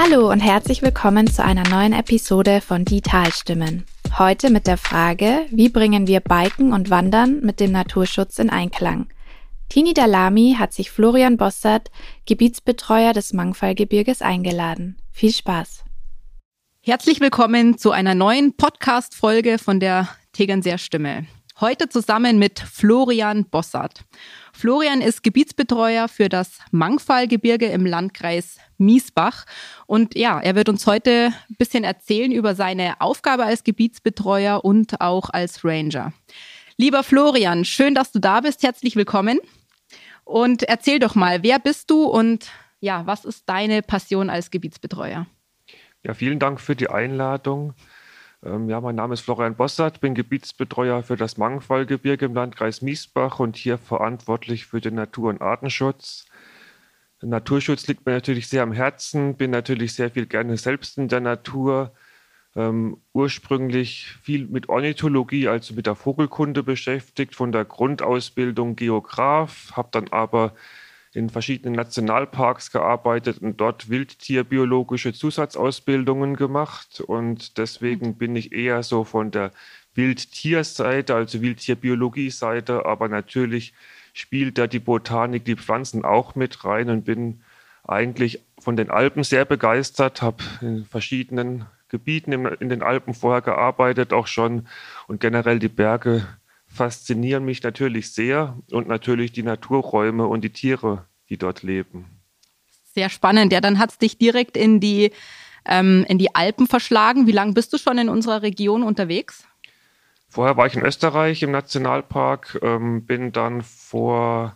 Hallo und herzlich willkommen zu einer neuen Episode von Die Talstimmen. Heute mit der Frage, wie bringen wir Biken und Wandern mit dem Naturschutz in Einklang? Tini Dalami hat sich Florian Bossert, Gebietsbetreuer des Mangfallgebirges, eingeladen. Viel Spaß! Herzlich willkommen zu einer neuen Podcast-Folge von der Tegernseer Stimme. Heute zusammen mit Florian Bossert. Florian ist Gebietsbetreuer für das Mangfallgebirge im Landkreis Miesbach. Und ja, er wird uns heute ein bisschen erzählen über seine Aufgabe als Gebietsbetreuer und auch als Ranger. Lieber Florian, schön, dass du da bist. Herzlich willkommen. Und erzähl doch mal, wer bist du und ja, was ist deine Passion als Gebietsbetreuer? Ja, vielen Dank für die Einladung. Mein Name ist Florian Bossert, bin Gebietsbetreuer für das Mangfallgebirge im Landkreis Miesbach und hier verantwortlich für den Natur- und Artenschutz. Der Naturschutz liegt mir natürlich sehr am Herzen, bin natürlich sehr viel gerne selbst in der Natur. Ursprünglich viel mit Ornithologie, also mit der Vogelkunde beschäftigt, von der Grundausbildung Geograf, habe dann aber in verschiedenen Nationalparks gearbeitet und dort wildtierbiologische Zusatzausbildungen gemacht. Und deswegen bin ich eher so von der Wildtierseite, also Wildtierbiologie-Seite, aber natürlich spielt da die Botanik, die Pflanzen auch mit rein und bin eigentlich von den Alpen sehr begeistert, habe in verschiedenen Gebieten in den Alpen vorher gearbeitet auch schon und generell die Berge faszinieren mich natürlich sehr und natürlich die Naturräume und die Tiere, die dort leben. Sehr spannend. Ja, dann hat es dich direkt in die Alpen verschlagen. Wie lange bist du schon in unserer Region unterwegs? Vorher war ich in Österreich im Nationalpark, bin dann vor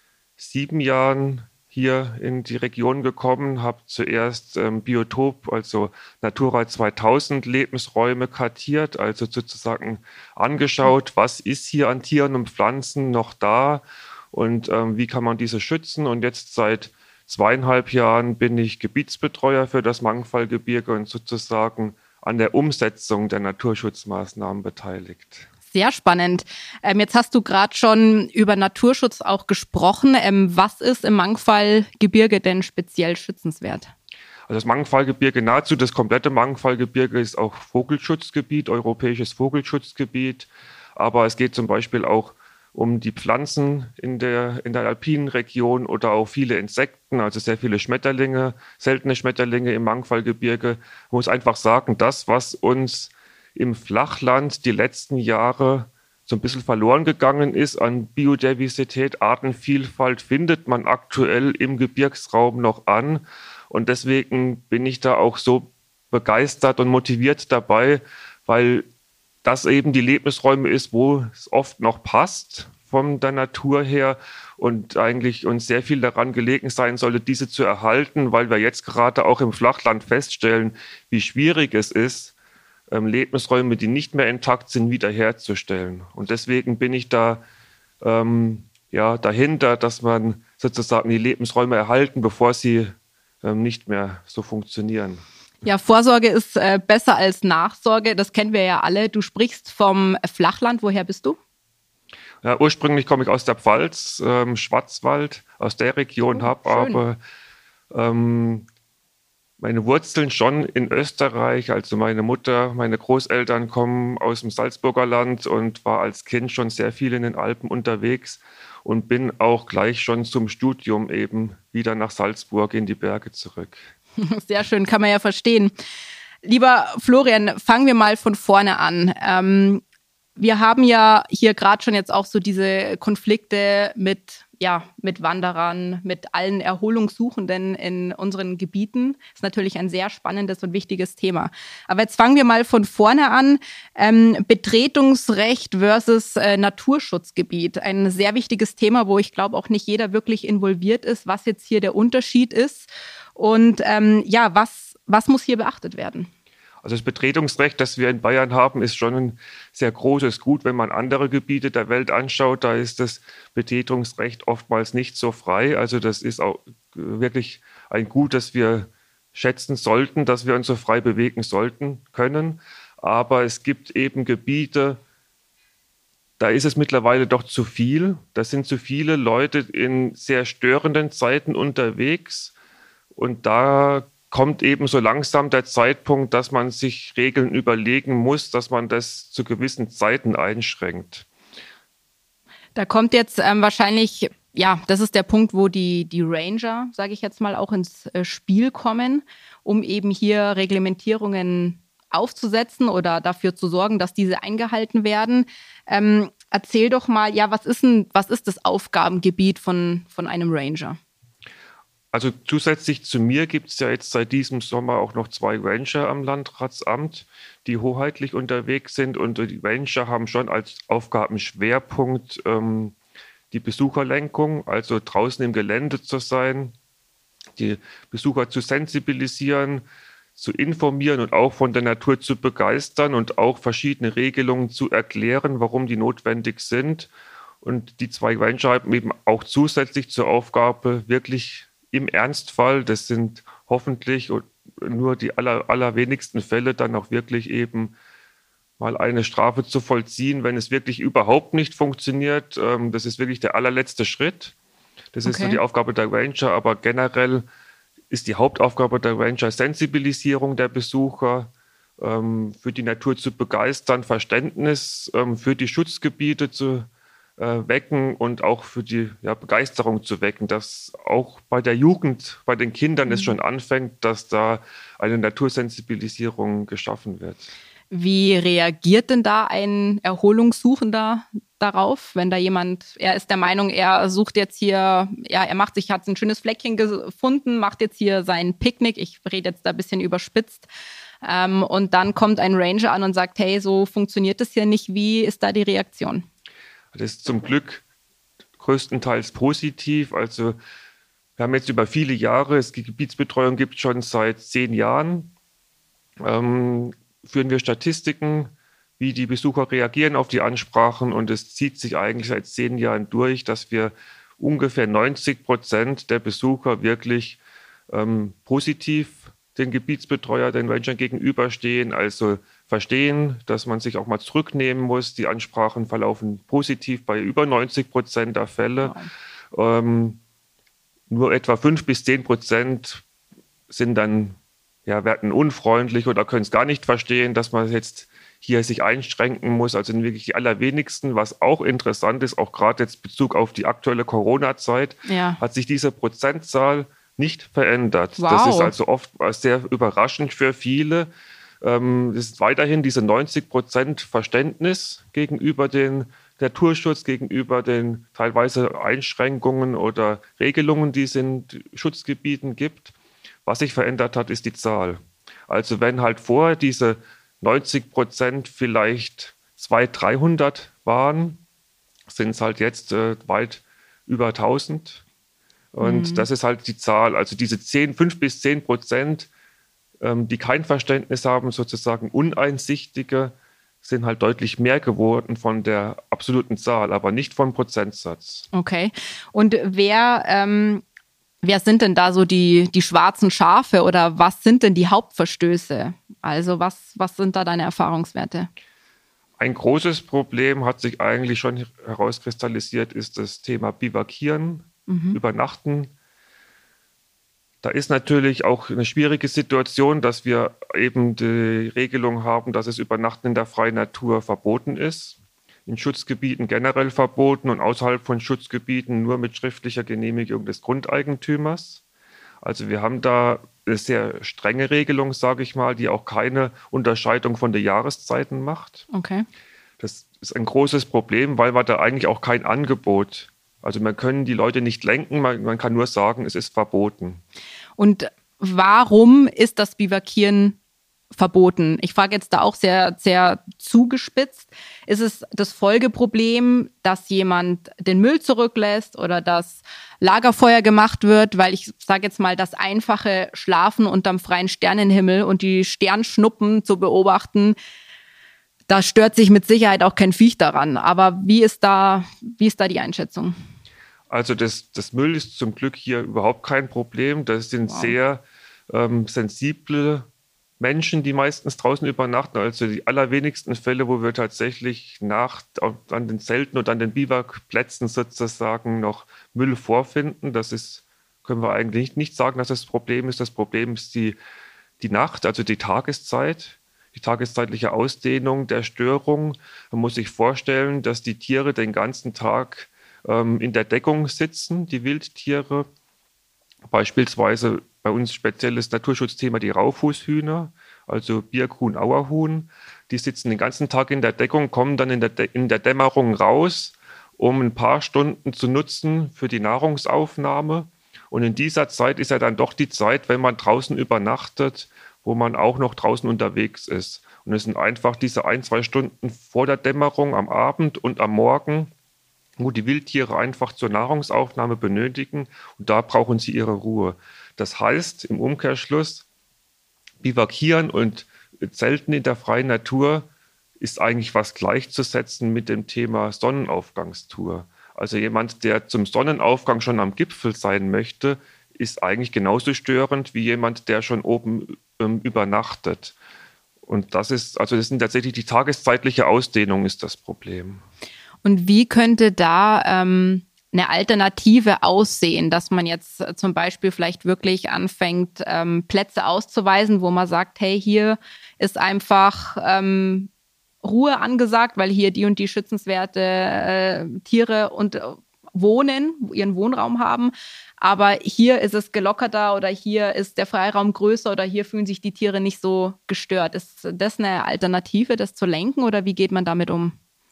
7 Jahren hier in die Region gekommen, habe zuerst Biotop, also Natura 2000 Lebensräume kartiert, also sozusagen angeschaut, was ist hier an Tieren und Pflanzen noch da und wie kann man diese schützen. Und jetzt seit 2,5 Jahren bin ich Gebietsbetreuer für das Mangfallgebirge und sozusagen an der Umsetzung der Naturschutzmaßnahmen beteiligt. Sehr spannend. Jetzt hast du gerade schon über Naturschutz auch gesprochen. Was ist im Mangfallgebirge denn speziell schützenswert? Also das Mangfallgebirge, nahezu das komplette Mangfallgebirge ist auch Vogelschutzgebiet, europäisches Vogelschutzgebiet. Aber es geht zum Beispiel auch um die Pflanzen in der alpinen Region oder auch viele Insekten, also sehr viele Schmetterlinge, seltene Schmetterlinge im Mangfallgebirge. Man muss einfach sagen, das, was uns im Flachland die letzten Jahre so ein bisschen verloren gegangen ist an Biodiversität, Artenvielfalt, findet man aktuell im Gebirgsraum noch an. Und deswegen bin ich da auch so begeistert und motiviert dabei, weil das eben die Lebensräume ist, wo es oft noch passt von der Natur her und eigentlich uns sehr viel daran gelegen sein sollte, diese zu erhalten, weil wir jetzt gerade auch im Flachland feststellen, wie schwierig es ist, Lebensräume, die nicht mehr intakt sind, wiederherzustellen. Und deswegen bin ich da dahinter, dass man sozusagen die Lebensräume erhalten, bevor sie nicht mehr so funktionieren. Ja, Vorsorge ist besser als Nachsorge. Das kennen wir ja alle. Du sprichst vom Flachland. Woher bist du? Ja, ursprünglich komme ich aus der Pfalz, Schwarzwald, aus der Region, habe aber meine Wurzeln schon in Österreich, also meine Mutter, meine Großeltern kommen aus dem Salzburger Land und war als Kind schon sehr viel in den Alpen unterwegs und bin auch gleich schon zum Studium eben wieder nach Salzburg in die Berge zurück. Sehr schön, kann man ja verstehen. Lieber Florian, fangen wir mal von vorne an. Wir haben ja hier gerade schon jetzt auch so diese Konflikte mit Wanderern, mit allen Erholungssuchenden in unseren Gebieten. Das ist natürlich ein sehr spannendes und wichtiges Thema. Aber jetzt fangen wir mal von vorne an. Betretungsrecht versus Naturschutzgebiet. Ein sehr wichtiges Thema, wo ich glaube auch nicht jeder wirklich involviert ist, was jetzt hier der Unterschied ist. Und was muss hier beachtet werden? Also das Betretungsrecht, das wir in Bayern haben, ist schon ein sehr großes Gut. Wenn man andere Gebiete der Welt anschaut, da ist das Betretungsrecht oftmals nicht so frei. Also das ist auch wirklich ein Gut, das wir schätzen sollten, dass wir uns so frei bewegen sollten können. Aber es gibt eben Gebiete, da ist es mittlerweile doch zu viel. Da sind zu viele Leute in sehr störenden Zeiten unterwegs. Und da kommt eben so langsam der Zeitpunkt, dass man sich Regeln überlegen muss, dass man das zu gewissen Zeiten einschränkt. Da kommt jetzt wahrscheinlich, ja, das ist der Punkt, wo die Ranger, sage ich jetzt mal, auch ins Spiel kommen, um eben hier Reglementierungen aufzusetzen oder dafür zu sorgen, dass diese eingehalten werden. Erzähl doch mal, ja, was ist das Aufgabengebiet von einem Ranger? Also zusätzlich zu mir gibt es ja jetzt seit diesem Sommer auch noch 2 Ranger am Landratsamt, die hoheitlich unterwegs sind. Und die Ranger haben schon als Aufgabenschwerpunkt die Besucherlenkung, also draußen im Gelände zu sein, die Besucher zu sensibilisieren, zu informieren und auch von der Natur zu begeistern und auch verschiedene Regelungen zu erklären, warum die notwendig sind. Und die 2 Ranger haben eben auch zusätzlich zur Aufgabe, wirklich im Ernstfall, das sind hoffentlich nur die allerwenigsten Fälle, dann auch wirklich eben mal eine Strafe zu vollziehen, wenn es wirklich überhaupt nicht funktioniert. Das ist wirklich der allerletzte Schritt. Das ist so die Aufgabe der Ranger, aber generell ist die Hauptaufgabe der Ranger Sensibilisierung der Besucher, für die Natur zu begeistern, Verständnis für die Schutzgebiete zu wecken und auch für die Begeisterung zu wecken, dass auch bei der Jugend, bei den Kindern es schon anfängt, dass da eine Natursensibilisierung geschaffen wird. Wie reagiert denn da ein Erholungssuchender darauf, wenn da jemand, er ist der Meinung, er sucht jetzt hier, ja, hat ein schönes Fleckchen gefunden, macht jetzt hier sein Picknick, ich rede jetzt da ein bisschen überspitzt, und dann kommt ein Ranger an und sagt, hey, so funktioniert das hier nicht, wie ist da die Reaktion? Das ist zum Glück größtenteils positiv. Also wir haben jetzt über viele Jahre, die Gebietsbetreuung gibt es schon seit 10 Jahren, führen wir Statistiken, wie die Besucher reagieren auf die Ansprachen. Und es zieht sich eigentlich seit 10 Jahren durch, dass wir ungefähr 90% der Besucher wirklich positiv den Gebietsbetreuer, den Rangern gegenüberstehen, also verstehen, dass man sich auch mal zurücknehmen muss. Die Ansprachen verlaufen positiv bei über 90% der Fälle. Wow. Nur etwa 5-10% sind dann werden unfreundlich oder können es gar nicht verstehen, dass man jetzt hier sich einschränken muss. Also wirklich die allerwenigsten. Was auch interessant ist, auch gerade jetzt Bezug auf die aktuelle Corona-Zeit, hat sich diese Prozentzahl nicht verändert. Wow. Das ist also oft sehr überraschend für viele. Es ist weiterhin diese 90% Verständnis gegenüber den Naturschutz, gegenüber den teilweise Einschränkungen oder Regelungen, die es in Schutzgebieten gibt. Was sich verändert hat, ist die Zahl. Also wenn halt vorher diese 90% vielleicht 200-300 waren, sind es halt jetzt weit über 1000. Und das ist halt die Zahl. Also diese 5-10%, die kein Verständnis haben, sozusagen Uneinsichtige, sind halt deutlich mehr geworden von der absoluten Zahl, aber nicht vom Prozentsatz. Okay. Und wer sind denn da so die schwarzen Schafe oder was sind denn die Hauptverstöße? Also was sind da deine Erfahrungswerte? Ein großes Problem hat sich eigentlich schon herauskristallisiert, ist das Thema Bivakieren, Übernachten. Da ist natürlich auch eine schwierige Situation, dass wir eben die Regelung haben, dass es Übernachten in der freien Natur verboten ist. In Schutzgebieten generell verboten und außerhalb von Schutzgebieten nur mit schriftlicher Genehmigung des Grundeigentümers. Also wir haben da eine sehr strenge Regelung, sage ich mal, die auch keine Unterscheidung von den Jahreszeiten macht. Okay. Das ist ein großes Problem, weil wir da eigentlich auch kein Angebot, also man können die Leute nicht lenken, man kann nur sagen, es ist verboten. Und warum ist das Bivakieren verboten? Ich frage jetzt da auch sehr, sehr zugespitzt. Ist es das Folgeproblem, dass jemand den Müll zurücklässt oder dass Lagerfeuer gemacht wird? Weil ich sage jetzt mal, das einfache Schlafen unterm freien Sternenhimmel und die Sternschnuppen zu beobachten, da stört sich mit Sicherheit auch kein Viech daran. Aber wie ist da die Einschätzung? Also das Müll ist zum Glück hier überhaupt kein Problem. Das sind sehr sensible Menschen, die meistens draußen übernachten. Also die allerwenigsten Fälle, wo wir tatsächlich an den Zelten und an den Biwakplätzen sozusagen noch Müll vorfinden. Das ist können wir eigentlich nicht sagen, dass das Problem ist. Das Problem ist die Nacht, also die Tageszeit, die tageszeitliche Ausdehnung der Störung. Man muss sich vorstellen, dass die Tiere den ganzen Tag in der Deckung sitzen, die Wildtiere. Beispielsweise bei uns spezielles Naturschutzthema die Raufußhühner, also Birkhuhn, Auerhuhn. Die sitzen den ganzen Tag in der Deckung, kommen dann in der Dämmerung raus, um ein paar Stunden zu nutzen für die Nahrungsaufnahme. Und in dieser Zeit ist ja dann doch die Zeit, wenn man draußen übernachtet, wo man auch noch draußen unterwegs ist. Und es sind einfach diese 1-2 Stunden vor der Dämmerung am Abend und am Morgen, wo die Wildtiere einfach zur Nahrungsaufnahme benötigen. Und da brauchen sie ihre Ruhe. Das heißt im Umkehrschluss, Bivakieren und Zelten in der freien Natur ist eigentlich was gleichzusetzen mit dem Thema Sonnenaufgangstour. Also jemand, der zum Sonnenaufgang schon am Gipfel sein möchte, ist eigentlich genauso störend wie jemand, der schon oben übernachtet. Und das sind tatsächlich die tageszeitliche Ausdehnung ist das Problem. Und wie könnte da eine Alternative aussehen, dass man jetzt zum Beispiel vielleicht wirklich anfängt, Plätze auszuweisen, wo man sagt, hey, hier ist einfach Ruhe angesagt, weil hier die und die schützenswerte Tiere und wohnen, ihren Wohnraum haben. Aber hier ist es gelockerter oder hier ist der Freiraum größer oder hier fühlen sich die Tiere nicht so gestört. Ist das eine Alternative, das zu lenken oder wie geht man damit um?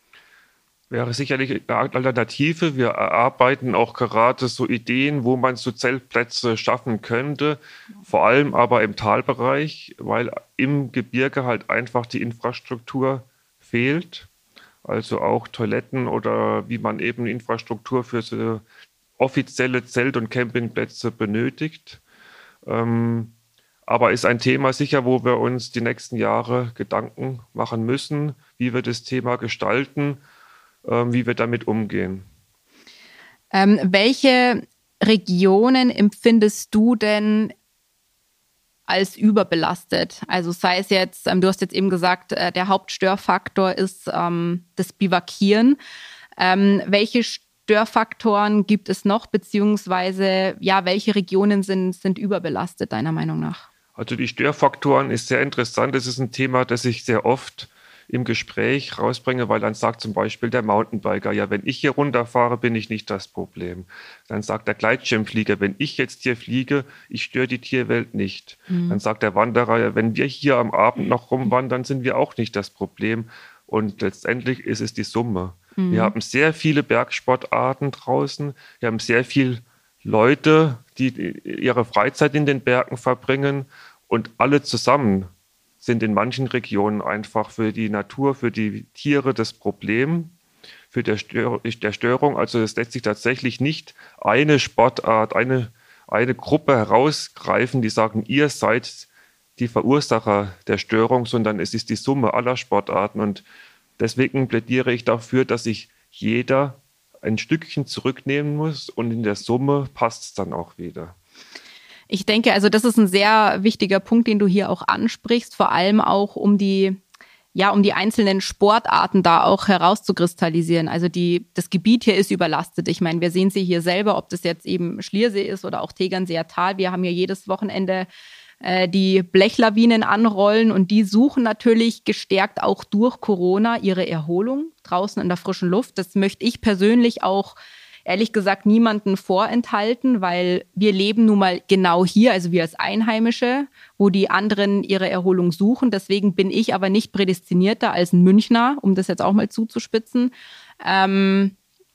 Wäre sicherlich eine Alternative. Wir erarbeiten auch gerade so Ideen, wo man so Zeltplätze schaffen könnte, vor allem aber im Talbereich, weil im Gebirge halt einfach die Infrastruktur fehlt. Also auch Toiletten oder wie man eben Infrastruktur für so offizielle Zelt- und Campingplätze benötigt. Aber ist ein Thema sicher, wo wir uns die nächsten Jahre Gedanken machen müssen, wie wir das Thema gestalten, wie wir damit umgehen. Welche Regionen empfindest du denn als überbelastet? Also sei es jetzt, du hast jetzt eben gesagt, der Hauptstörfaktor ist das Bivakieren. Welche Störfaktoren gibt es noch, beziehungsweise welche Regionen sind überbelastet, deiner Meinung nach? Also die Störfaktoren ist sehr interessant. Das ist ein Thema, das ich sehr oft im Gespräch rausbringe, weil dann sagt zum Beispiel der Mountainbiker, ja, wenn ich hier runterfahre, bin ich nicht das Problem. Dann sagt der Gleitschirmflieger, wenn ich jetzt hier fliege, ich störe die Tierwelt nicht. Dann sagt der Wanderer, ja, wenn wir hier am Abend noch rumwandern, sind wir auch nicht das Problem. Und letztendlich ist es die Summe. Wir haben sehr viele Bergsportarten draußen. Wir haben sehr viele Leute, die ihre Freizeit in den Bergen verbringen und alle zusammen sind in manchen Regionen einfach für die Natur, für die Tiere das Problem, für der Störung. Also es lässt sich tatsächlich nicht eine Sportart, eine Gruppe herausgreifen, die sagen, ihr seid die Verursacher der Störung, sondern es ist die Summe aller Sportarten. Und deswegen plädiere ich dafür, dass sich jeder ein Stückchen zurücknehmen muss und in der Summe passt es dann auch wieder. Ich denke, also das ist ein sehr wichtiger Punkt, den du hier auch ansprichst, vor allem auch um die einzelnen Sportarten da auch herauszukristallisieren. Also das Gebiet hier ist überlastet. Ich meine, wir sehen sie hier selber, ob das jetzt eben Schliersee ist oder auch Tegernseer Tal. Wir haben hier jedes Wochenende die Blechlawinen anrollen und die suchen natürlich gestärkt auch durch Corona ihre Erholung draußen in der frischen Luft. Das möchte ich persönlich auch ehrlich gesagt niemanden vorenthalten, weil wir leben nun mal genau hier, also wir als Einheimische, wo die anderen ihre Erholung suchen. Deswegen bin ich aber nicht prädestinierter als ein Münchner, um das jetzt auch mal zuzuspitzen, eher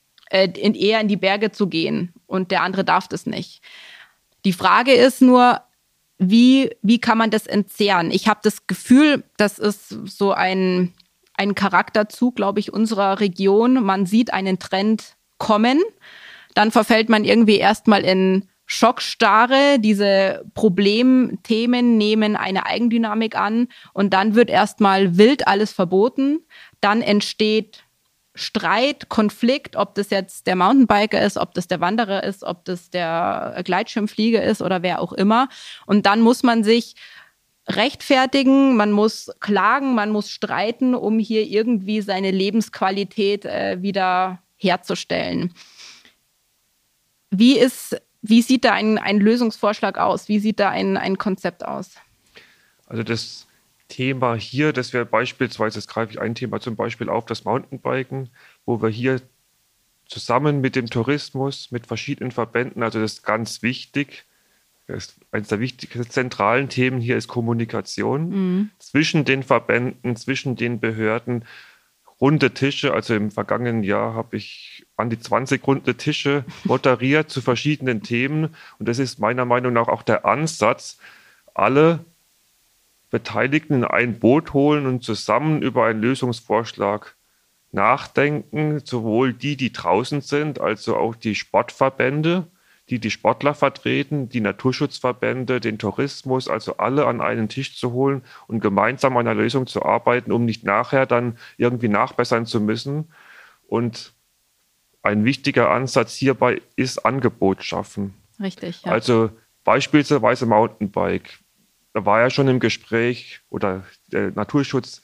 in die Berge zu gehen und der andere darf das nicht. Die Frage ist nur, wie kann man das entzehren? Ich habe das Gefühl, das ist so ein Charakterzug, glaube ich, unserer Region. Man sieht einen Trend kommen, dann verfällt man irgendwie erstmal in Schockstarre, diese Problemthemen nehmen eine Eigendynamik an und dann wird erstmal wild alles verboten, dann entsteht Streit, Konflikt, ob das jetzt der Mountainbiker ist, ob das der Wanderer ist, ob das der Gleitschirmflieger ist oder wer auch immer und dann muss man sich rechtfertigen, man muss klagen, man muss streiten, um hier irgendwie seine Lebensqualität wieder herzustellen. Wie ist Wie sieht da ein Lösungsvorschlag aus? Wie sieht da ein Konzept aus? Also das Thema hier, das wäre beispielsweise, jetzt greife ich ein Thema zum Beispiel auf, das Mountainbiken, wo wir hier zusammen mit dem Tourismus, mit verschiedenen Verbänden, also das ist ganz wichtig, eines der wichtigsten zentralen Themen hier ist Kommunikation zwischen den Verbänden, zwischen den Behörden, runde Tische. Also im vergangenen Jahr habe ich an die 20 runde Tische moderiert zu verschiedenen Themen. Und das ist meiner Meinung nach auch der Ansatz, alle Beteiligten in ein Boot holen und zusammen über einen Lösungsvorschlag nachdenken. Sowohl die draußen sind, also auch die Sportverbände, die Sportler vertreten, die Naturschutzverbände, den Tourismus, also alle an einen Tisch zu holen und gemeinsam an einer Lösung zu arbeiten, um nicht nachher dann irgendwie nachbessern zu müssen. Und ein wichtiger Ansatz hierbei ist Angebot schaffen. Richtig, ja. Also beispielsweise Mountainbike. Da war ja schon im Gespräch oder der Naturschutzgesetz,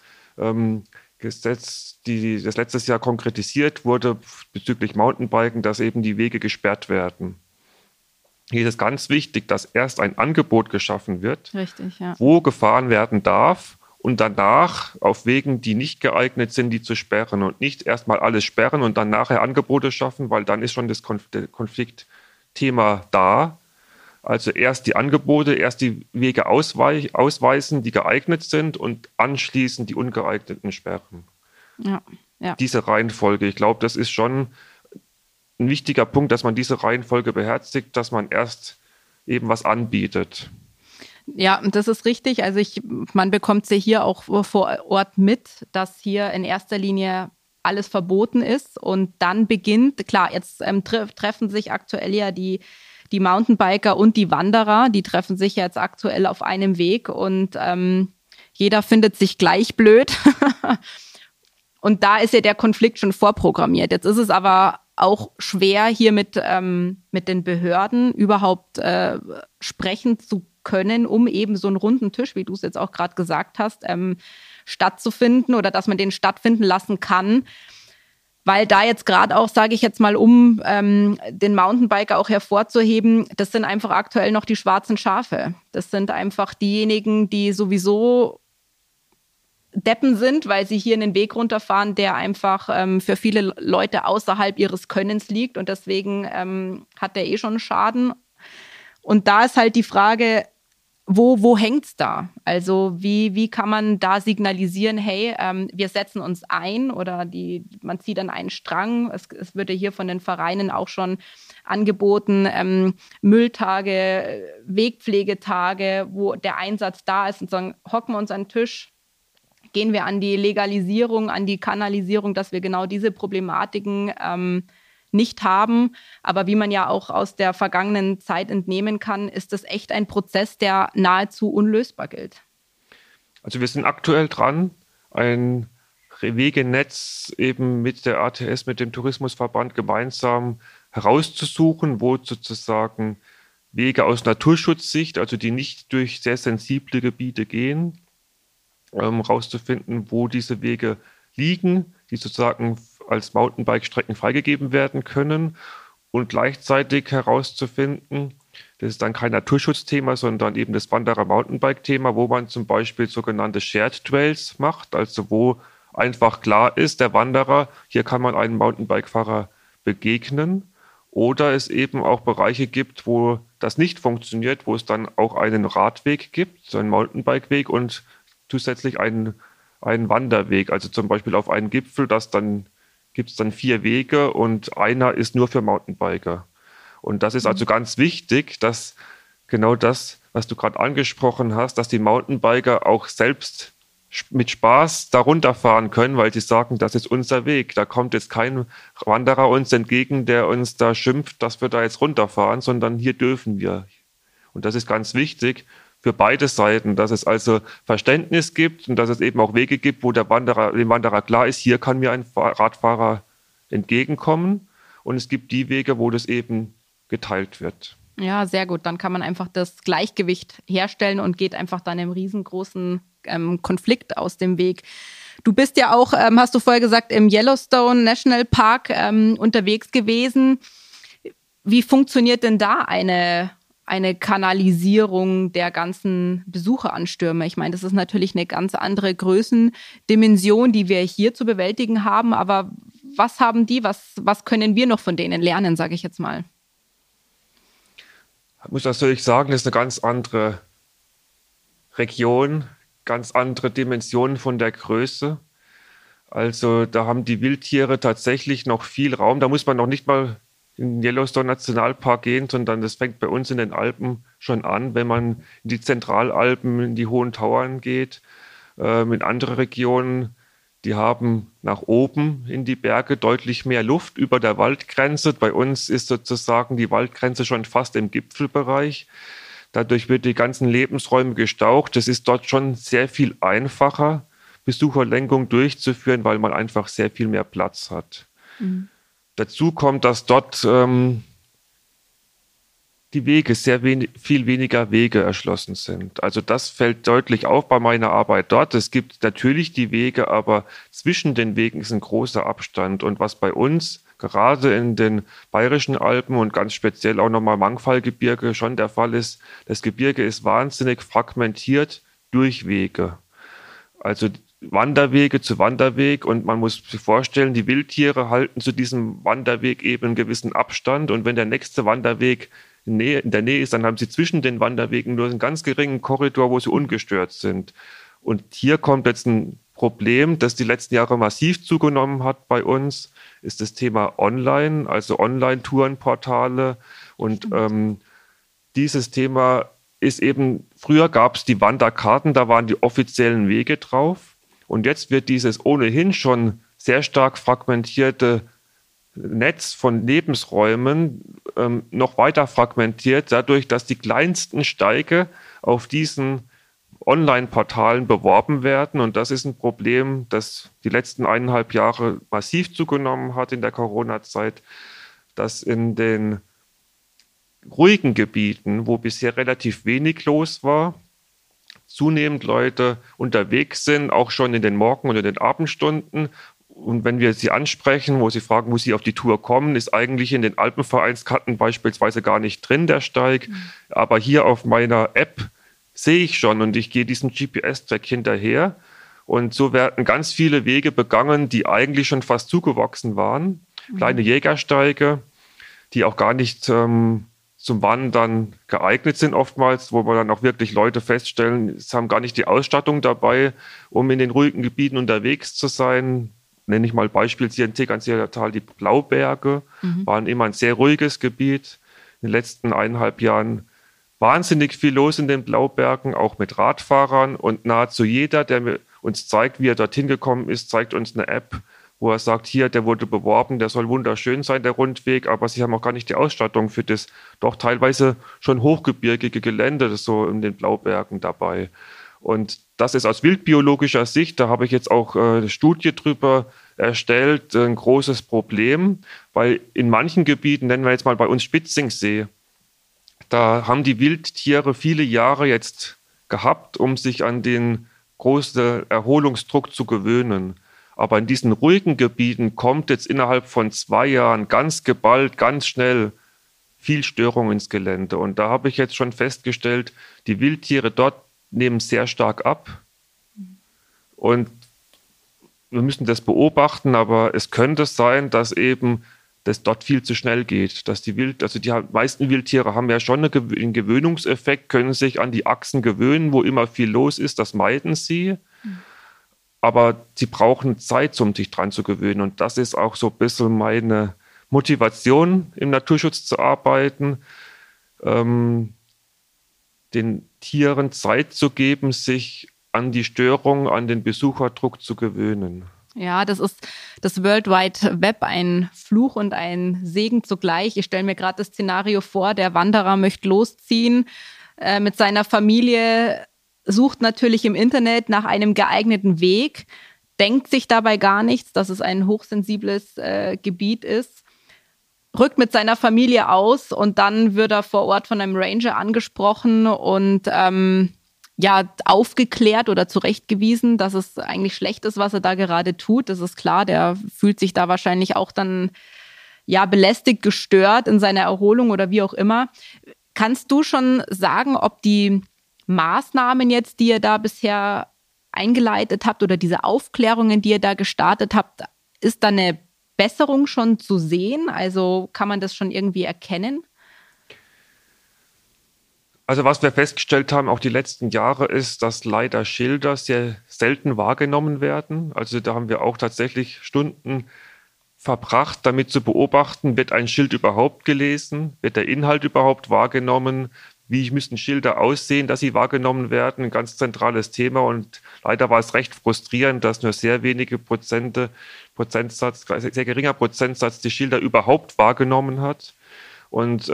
das letztes Jahr konkretisiert wurde bezüglich Mountainbiken, dass eben die Wege gesperrt werden. Hier ist es ganz wichtig, dass erst ein Angebot geschaffen wird, Richtig, ja, wo gefahren werden darf und danach auf Wegen, die nicht geeignet sind, die zu sperren und nicht erstmal alles sperren und dann nachher Angebote schaffen, weil dann ist schon das Konfliktthema da. Also erst die Angebote, erst die Wege ausweisen, die geeignet sind und anschließend die ungeeigneten sperren. Ja. Diese Reihenfolge, ich glaube, das ist schon ein wichtiger Punkt, dass man diese Reihenfolge beherzigt, dass man erst eben was anbietet. Ja, das ist richtig. Also man bekommt sie hier auch vor Ort mit, dass hier in erster Linie alles verboten ist und dann beginnt, klar, jetzt treffen sich aktuell ja die Mountainbiker und die Wanderer, die treffen sich jetzt aktuell auf einem Weg und jeder findet sich gleich blöd. Und da ist ja der Konflikt schon vorprogrammiert. Jetzt ist es aber auch schwer, hier mit den Behörden überhaupt sprechen zu können, um eben so einen runden Tisch, wie du es jetzt auch gerade gesagt hast, stattzufinden oder dass man den stattfinden lassen kann. Weil da jetzt gerade auch, sage ich jetzt mal, um den Mountainbiker auch hervorzuheben, das sind einfach aktuell noch die schwarzen Schafe. Das sind einfach diejenigen, die sowieso Deppen sind, weil sie hier einen Weg runterfahren, der einfach für viele Leute außerhalb ihres Könnens liegt und deswegen hat der schon einen Schaden. Und da ist halt die Frage, wo hängt's da? Also wie kann man da signalisieren, hey, wir setzen uns ein oder man zieht an einen Strang. Es wird ja hier von den Vereinen auch schon angeboten, Mülltage, Wegpflegetage, wo der Einsatz da ist und sagen, hocken wir uns an den Tisch, gehen wir an die Legalisierung, an die Kanalisierung, dass wir genau diese Problematiken nicht haben. Aber wie man ja auch aus der vergangenen Zeit entnehmen kann, ist das echt ein Prozess, der nahezu unlösbar gilt. Also wir sind aktuell dran, ein Wegenetz eben mit der ATS, mit dem Tourismusverband gemeinsam herauszusuchen, wo sozusagen Wege aus Naturschutzsicht, also die nicht durch sehr sensible Gebiete gehen, herauszufinden, wo diese Wege liegen, die sozusagen als Mountainbike-Strecken freigegeben werden können und gleichzeitig herauszufinden, das ist dann kein Naturschutzthema, sondern eben das Wanderer-Mountainbike-Thema, wo man zum Beispiel sogenannte Shared Trails macht, also wo einfach klar ist, der Wanderer, hier kann man einem Mountainbike-Fahrer begegnen, oder es eben auch Bereiche gibt, wo das nicht funktioniert, wo es dann auch einen Radweg gibt, so einen Mountainbike-Weg und zusätzlich einen Wanderweg, also zum Beispiel auf einen Gipfel, gibt es dann 4 Wege und einer ist nur für Mountainbiker. Und das ist also ganz wichtig, dass genau das, was du gerade angesprochen hast, dass die Mountainbiker auch selbst mit Spaß da runterfahren können, weil sie sagen, das ist unser Weg. Da kommt jetzt kein Wanderer uns entgegen, der uns da schimpft, dass wir da jetzt runterfahren, sondern hier dürfen wir. Und das ist ganz wichtig für beide Seiten, dass es also Verständnis gibt und dass es eben auch Wege gibt, wo dem Wanderer klar ist, hier kann mir ein Radfahrer entgegenkommen. Und es gibt die Wege, wo das eben geteilt wird. Ja, sehr gut. Dann kann man einfach das Gleichgewicht herstellen und geht einfach dann einem riesengroßen Konflikt aus dem Weg. Du bist ja auch, hast du vorher gesagt, im Yellowstone National Park unterwegs gewesen. Wie funktioniert denn da eine Kanalisierung der ganzen Besucheranstürme? Ich meine, das ist natürlich eine ganz andere Größendimension, die wir hier zu bewältigen haben. Aber was haben die? Was können wir noch von denen lernen, sage ich jetzt mal? Ich muss natürlich sagen, das ist eine ganz andere Region, ganz andere Dimensionen von der Größe. Also da haben die Wildtiere tatsächlich noch viel Raum. Da muss man noch nicht mal in den Yellowstone Nationalpark gehen, sondern das fängt bei uns in den Alpen schon an, wenn man in die Zentralalpen, in die hohen Tauern geht. In andere Regionen, die haben nach oben in die Berge deutlich mehr Luft über der Waldgrenze. Bei uns ist sozusagen die Waldgrenze schon fast im Gipfelbereich. Dadurch wird die ganzen Lebensräume gestaucht. Das ist dort schon sehr viel einfacher, Besucherlenkung durchzuführen, weil man einfach sehr viel mehr Platz hat. Mhm. Dazu kommt, dass dort die Wege viel weniger Wege erschlossen sind. Also das fällt deutlich auf bei meiner Arbeit dort. Es gibt natürlich die Wege, aber zwischen den Wegen ist ein großer Abstand. Und was bei uns gerade in den Bayerischen Alpen und ganz speziell auch nochmal Mangfallgebirge schon der Fall ist, das Gebirge ist wahnsinnig fragmentiert durch Wege. Also Wanderwege zu Wanderweg, und man muss sich vorstellen, die Wildtiere halten zu diesem Wanderweg eben einen gewissen Abstand, und wenn der nächste Wanderweg in der Nähe ist, dann haben sie zwischen den Wanderwegen nur einen ganz geringen Korridor, wo sie ungestört sind. Und hier kommt jetzt ein Problem, das die letzten Jahre massiv zugenommen hat bei uns, ist das Thema Online, also Online-Tourenportale. Und dieses Thema ist eben, früher gab es die Wanderkarten, da waren die offiziellen Wege drauf. Und jetzt wird dieses ohnehin schon sehr stark fragmentierte Netz von Lebensräumen noch weiter fragmentiert, dadurch, dass die kleinsten Steige auf diesen Online-Portalen beworben werden. Und das ist ein Problem, das die letzten 1,5 Jahre massiv zugenommen hat in der Corona-Zeit, dass in den ruhigen Gebieten, wo bisher relativ wenig los war, zunehmend Leute unterwegs sind, auch schon in den Morgen- und in den Abendstunden. Und wenn wir sie ansprechen, wo sie fragen, wo sie auf die Tour kommen, ist eigentlich in den Alpenvereinskarten beispielsweise gar nicht drin, der Steig. Aber hier auf meiner App sehe ich schon, und ich gehe diesem GPS-Track hinterher. Und so werden ganz viele Wege begangen, die eigentlich schon fast zugewachsen waren. Kleine Jägersteige, die auch gar nicht zum Wandern geeignet sind oftmals, wo wir dann auch wirklich Leute feststellen, es haben gar nicht die Ausstattung dabei, um in den ruhigen Gebieten unterwegs zu sein. Nenne ich mal Beispiel hier in Tegernseer Tal, die Blauberge, waren immer ein sehr ruhiges Gebiet. In den letzten 1,5 Jahren wahnsinnig viel los in den Blaubergen, auch mit Radfahrern, und nahezu jeder, der uns zeigt, wie er dorthin gekommen ist, zeigt uns eine App, wo er sagt, hier, der wurde beworben, der soll wunderschön sein, der Rundweg, aber sie haben auch gar nicht die Ausstattung für das doch teilweise schon hochgebirgige Gelände, das so in den Blaubergen dabei. Und das ist aus wildbiologischer Sicht, da habe ich jetzt auch eine Studie drüber erstellt, ein großes Problem, weil in manchen Gebieten, nennen wir jetzt mal bei uns Spitzingsee, da haben die Wildtiere viele Jahre jetzt gehabt, um sich an den großen Erholungsdruck zu gewöhnen. Aber in diesen ruhigen Gebieten kommt jetzt innerhalb von 2 Jahren ganz geballt, ganz schnell viel Störung ins Gelände. Und da habe ich jetzt schon festgestellt, die Wildtiere dort nehmen sehr stark ab. Und wir müssen das beobachten, aber es könnte sein, dass eben das dort viel zu schnell geht. Dass die meisten Wildtiere haben ja schon einen Gewöhnungseffekt, können sich an die Achsen gewöhnen, wo immer viel los ist, das meiden sie. Aber sie brauchen Zeit, um sich dran zu gewöhnen. Und das ist auch so ein bisschen meine Motivation, im Naturschutz zu arbeiten, den Tieren Zeit zu geben, sich an die Störung, an den Besucherdruck zu gewöhnen. Ja, das ist das World Wide Web, ein Fluch und ein Segen zugleich. Ich stelle mir gerade das Szenario vor, der Wanderer möchte losziehen mit seiner Familie, sucht natürlich im Internet nach einem geeigneten Weg, denkt sich dabei gar nichts, dass es ein hochsensibles Gebiet ist, rückt mit seiner Familie aus, und dann wird er vor Ort von einem Ranger angesprochen und aufgeklärt oder zurechtgewiesen, dass es eigentlich schlecht ist, was er da gerade tut. Das ist klar, der fühlt sich da wahrscheinlich auch dann belästigt, gestört in seiner Erholung oder wie auch immer. Kannst du schon sagen, ob die Maßnahmen jetzt, die ihr da bisher eingeleitet habt oder diese Aufklärungen, die ihr da gestartet habt, ist da eine Besserung schon zu sehen? Also kann man das schon irgendwie erkennen? Also was wir festgestellt haben, auch die letzten Jahre, ist, dass leider Schilder sehr selten wahrgenommen werden. Also da haben wir auch tatsächlich Stunden verbracht, damit zu beobachten, wird ein Schild überhaupt gelesen, wird der Inhalt überhaupt wahrgenommen, wie müssen Schilder aussehen, dass sie wahrgenommen werden, ein ganz zentrales Thema. Und leider war es recht frustrierend, dass nur sehr wenige Prozentsatz, sehr geringer Prozentsatz die Schilder überhaupt wahrgenommen hat. Und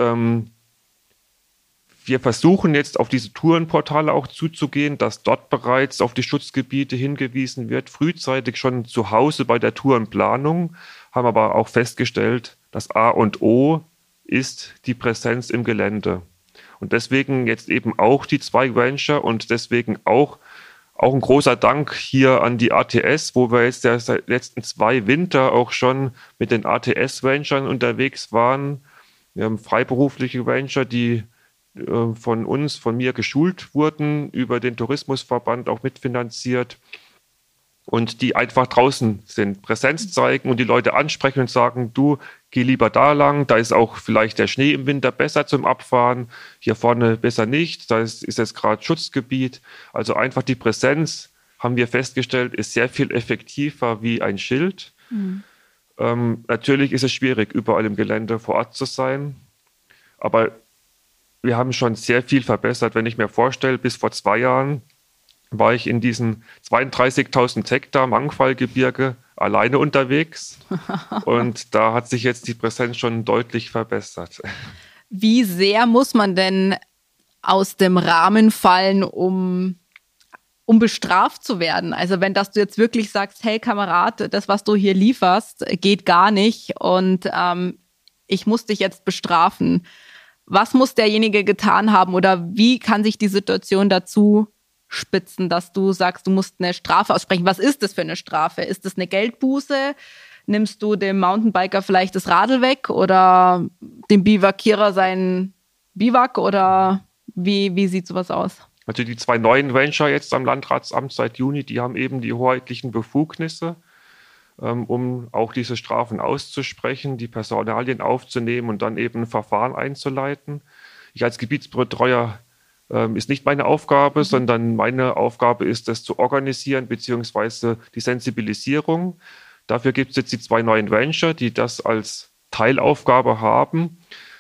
wir versuchen jetzt auf diese Tourenportale auch zuzugehen, dass dort bereits auf die Schutzgebiete hingewiesen wird, frühzeitig schon zu Hause bei der Tourenplanung, haben aber auch festgestellt, das A und O ist die Präsenz im Gelände. Und deswegen jetzt eben auch die 2 Ranger und deswegen auch ein großer Dank hier an die ATS, wo wir jetzt seit letzten 2 Winter auch schon mit den ATS-Rangern unterwegs waren. Wir haben freiberufliche Ranger, die von mir geschult wurden, über den Tourismusverband auch mitfinanziert und die einfach draußen sind, Präsenz zeigen und die Leute ansprechen und sagen, du, geh lieber da lang, da ist auch vielleicht der Schnee im Winter besser zum Abfahren, hier vorne besser nicht, da ist jetzt gerade Schutzgebiet. Also einfach die Präsenz, haben wir festgestellt, ist sehr viel effektiver wie ein Schild. Natürlich ist es schwierig, überall im Gelände vor Ort zu sein, aber wir haben schon sehr viel verbessert. Wenn ich mir vorstelle, bis vor 2 Jahren war ich in diesen 32.000 Hektar Mangfallgebirge alleine unterwegs. Und da hat sich jetzt die Präsenz schon deutlich verbessert. Wie sehr muss man denn aus dem Rahmen fallen, um bestraft zu werden? Also wenn du jetzt wirklich sagst, hey Kamerad, das, was du hier lieferst, geht gar nicht und ich muss dich jetzt bestrafen. Was muss derjenige getan haben oder wie kann sich die Situation dazu spitzen, dass du sagst, du musst eine Strafe aussprechen? Was ist das für eine Strafe? Ist das eine Geldbuße? Nimmst du dem Mountainbiker vielleicht das Radl weg oder dem Biwakierer sein Biwak oder wie sieht sowas aus? Also die 2 neuen Ranger jetzt am Landratsamt seit Juni, die haben eben die hoheitlichen Befugnisse, um auch diese Strafen auszusprechen, die Personalien aufzunehmen und dann eben ein Verfahren einzuleiten. Ich als Gebietsbetreuer ist nicht meine Aufgabe, sondern meine Aufgabe ist es zu organisieren bzw. die Sensibilisierung. Dafür gibt es jetzt die 2 neuen Ranger, die das als Teilaufgabe haben.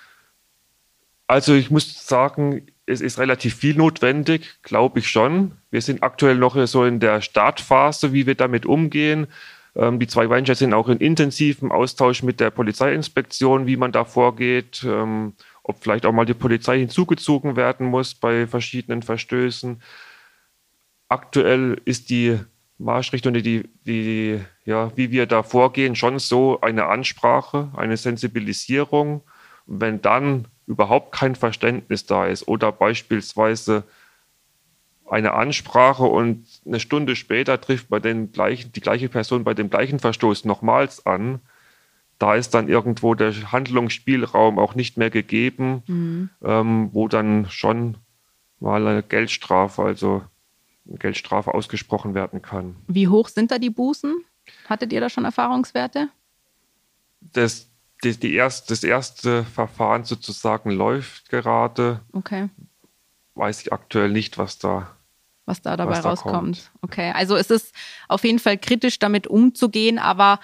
Also ich muss sagen, es ist relativ viel notwendig, glaube ich schon. Wir sind aktuell noch so in der Startphase, wie wir damit umgehen. Die 2 Ranger sind auch in intensivem Austausch mit der Polizeiinspektion, wie man da vorgeht, ob vielleicht auch mal die Polizei hinzugezogen werden muss bei verschiedenen Verstößen. Aktuell ist die Marschrichtung, wie wir da vorgehen, schon so eine Ansprache, eine Sensibilisierung. Und wenn dann überhaupt kein Verständnis da ist oder beispielsweise eine Ansprache und eine Stunde später trifft die gleiche Person bei dem gleichen Verstoß nochmals an, da ist dann irgendwo der Handlungsspielraum auch nicht mehr gegeben, wo dann schon mal eine Geldstrafe ausgesprochen werden kann. Wie hoch sind da die Bußen? Hattet ihr da schon Erfahrungswerte? Das erste Verfahren sozusagen läuft gerade. Okay. Weiß ich aktuell nicht, was dabei rauskommt. Okay, also es ist auf jeden Fall kritisch, damit umzugehen, aber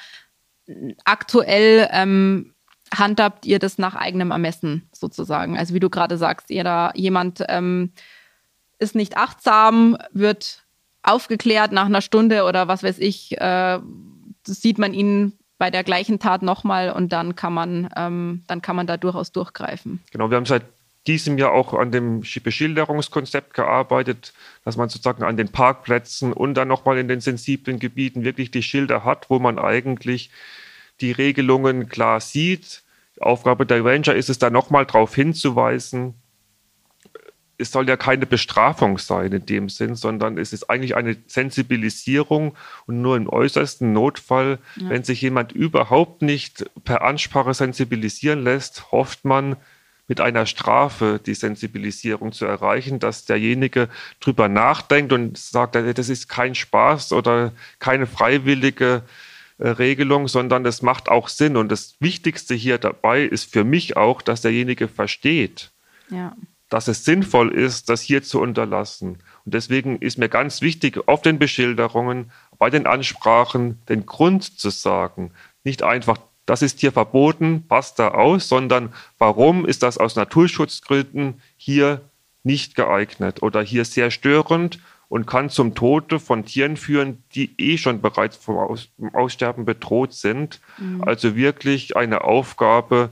aktuell handhabt ihr das nach eigenem Ermessen sozusagen. Also wie du gerade sagst, jemand ist nicht achtsam, wird aufgeklärt nach einer Stunde oder was weiß ich, sieht man ihn bei der gleichen Tat nochmal und dann kann man da durchaus durchgreifen. Genau, wir haben seit diesem Jahr auch an dem Beschilderungskonzept gearbeitet, dass man sozusagen an den Parkplätzen und dann nochmal in den sensiblen Gebieten wirklich die Schilder hat, wo man eigentlich die Regelungen klar sieht. Die Aufgabe der Ranger ist es, da nochmal darauf hinzuweisen. es soll ja keine Bestrafung sein in dem Sinn, sondern es ist eigentlich eine Sensibilisierung und nur im äußersten Notfall, wenn sich jemand überhaupt nicht per Ansprache sensibilisieren lässt, hofft man, mit einer Strafe die Sensibilisierung zu erreichen, dass derjenige drüber nachdenkt und sagt, das ist kein Spaß oder keine freiwillige Regelung, sondern das macht auch Sinn. Und das Wichtigste hier dabei ist für mich auch, dass derjenige versteht, dass es sinnvoll ist, das hier zu unterlassen. Und deswegen ist mir ganz wichtig, auf den Beschilderungen, bei den Ansprachen den Grund zu sagen. Nicht einfach, das ist hier verboten, passt da aus, sondern warum ist das aus Naturschutzgründen hier nicht geeignet oder hier sehr störend und kann zum Tode von Tieren führen, die schon bereits vom Aussterben bedroht sind. Also wirklich eine Aufgabe,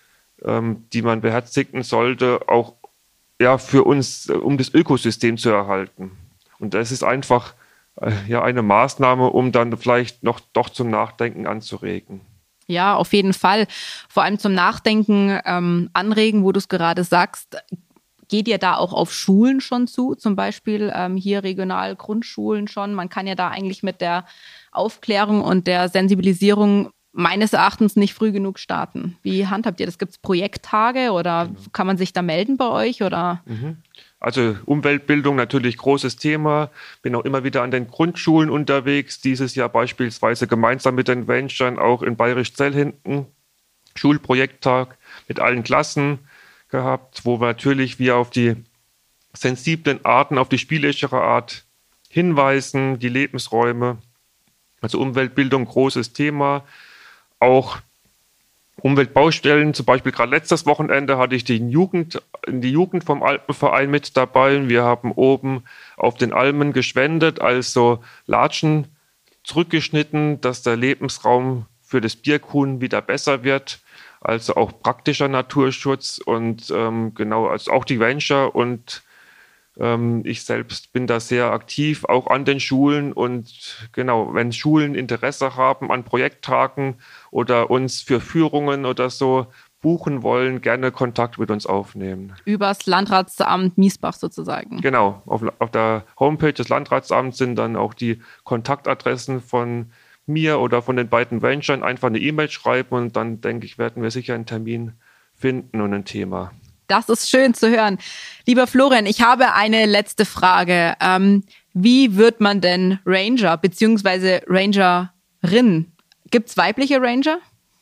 die man beherzigen sollte, auch für uns, um das Ökosystem zu erhalten. Und das ist einfach eine Maßnahme, um dann vielleicht noch doch zum Nachdenken anzuregen. Ja, auf jeden Fall. Vor allem zum Nachdenken anregen, wo du es gerade sagst. Geht ihr da auch auf Schulen schon zu? Zum Beispiel hier regional Grundschulen schon. Man kann ja da eigentlich mit der Aufklärung und der Sensibilisierung meines Erachtens nicht früh genug starten. Wie handhabt ihr das? Gibt es Projekttage oder kann man sich da melden bei euch? Oder? Also Umweltbildung natürlich großes Thema. Bin auch immer wieder an den Grundschulen unterwegs. Dieses Jahr beispielsweise gemeinsam mit den Vengern auch in Bayerisch-Zell hinten. Schulprojekttag mit allen Klassen gehabt, wo wir auf die sensiblen Arten, auf die spielerische Art hinweisen, die Lebensräume. Also Umweltbildung, großes Thema. Auch Umweltbaustellen, zum Beispiel gerade letztes Wochenende hatte ich die Jugend vom Alpenverein mit dabei. Wir haben oben auf den Almen geschwendet, also Latschen zurückgeschnitten, dass der Lebensraum für das Birkhuhn wieder besser wird. Also auch praktischer Naturschutz und also auch die Venture und ich selbst bin da sehr aktiv, auch an den Schulen und genau, wenn Schulen Interesse haben an Projekttagen oder uns für Führungen oder so buchen wollen, gerne Kontakt mit uns aufnehmen. Übers Landratsamt Miesbach sozusagen. Genau, auf der Homepage des Landratsamts sind dann auch die Kontaktadressen von mir oder von den beiden Vengern. Einfach eine E-Mail schreiben und dann, denke ich, werden wir sicher einen Termin finden und ein Thema. Das ist schön zu hören. Lieber Florian, ich habe eine letzte Frage. Wie wird man denn Ranger bzw. Rangerin? Gibt es weibliche Ranger?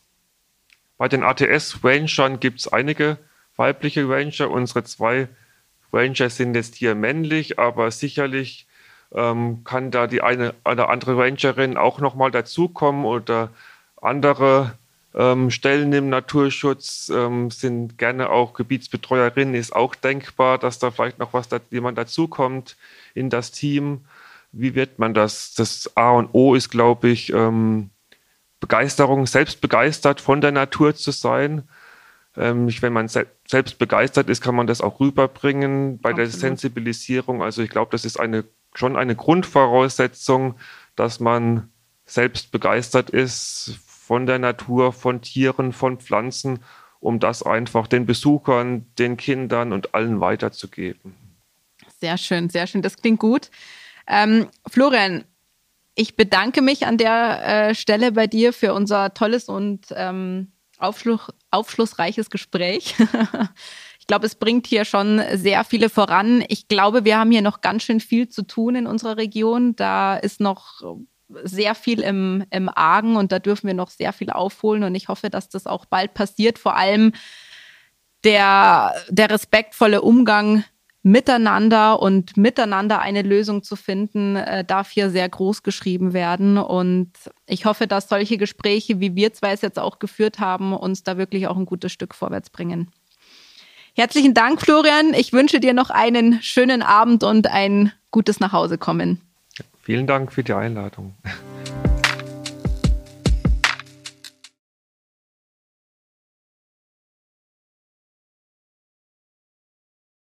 Bei den ATS-Rangern gibt es einige weibliche Ranger. Unsere 2 Ranger sind jetzt hier männlich, aber sicherlich kann da die eine oder andere Rangerin auch nochmal dazukommen oder andere Stellen im Naturschutz sind gerne auch Gebietsbetreuerin, ist auch denkbar, dass da vielleicht noch jemand dazukommt in das Team. Wie wird man das? Das A und O ist, glaube ich, Begeisterung, selbst begeistert von der Natur zu sein. Wenn man selbst begeistert ist, kann man das auch rüberbringen bei der Sensibilisierung. Also ich glaube, das ist schon eine Grundvoraussetzung, dass man selbst begeistert ist von der Natur, von Tieren, von Pflanzen, um das einfach den Besuchern, den Kindern und allen weiterzugeben. Sehr schön, sehr schön. Das klingt gut. Florian, ich bedanke mich an der Stelle bei dir für unser tolles und aufschlussreiches Gespräch. Ich glaube, es bringt hier schon sehr viele voran. Ich glaube, wir haben hier noch ganz schön viel zu tun in unserer Region. Da ist noch sehr viel im Argen und da dürfen wir noch sehr viel aufholen und ich hoffe, dass das auch bald passiert. Vor allem der respektvolle Umgang miteinander und miteinander eine Lösung zu finden, darf hier sehr groß geschrieben werden und ich hoffe, dass solche Gespräche, wie wir zwei es jetzt auch geführt haben, uns da wirklich auch ein gutes Stück vorwärts bringen. Herzlichen Dank, Florian. Ich wünsche dir noch einen schönen Abend und ein gutes Nachhausekommen. Vielen Dank für die Einladung.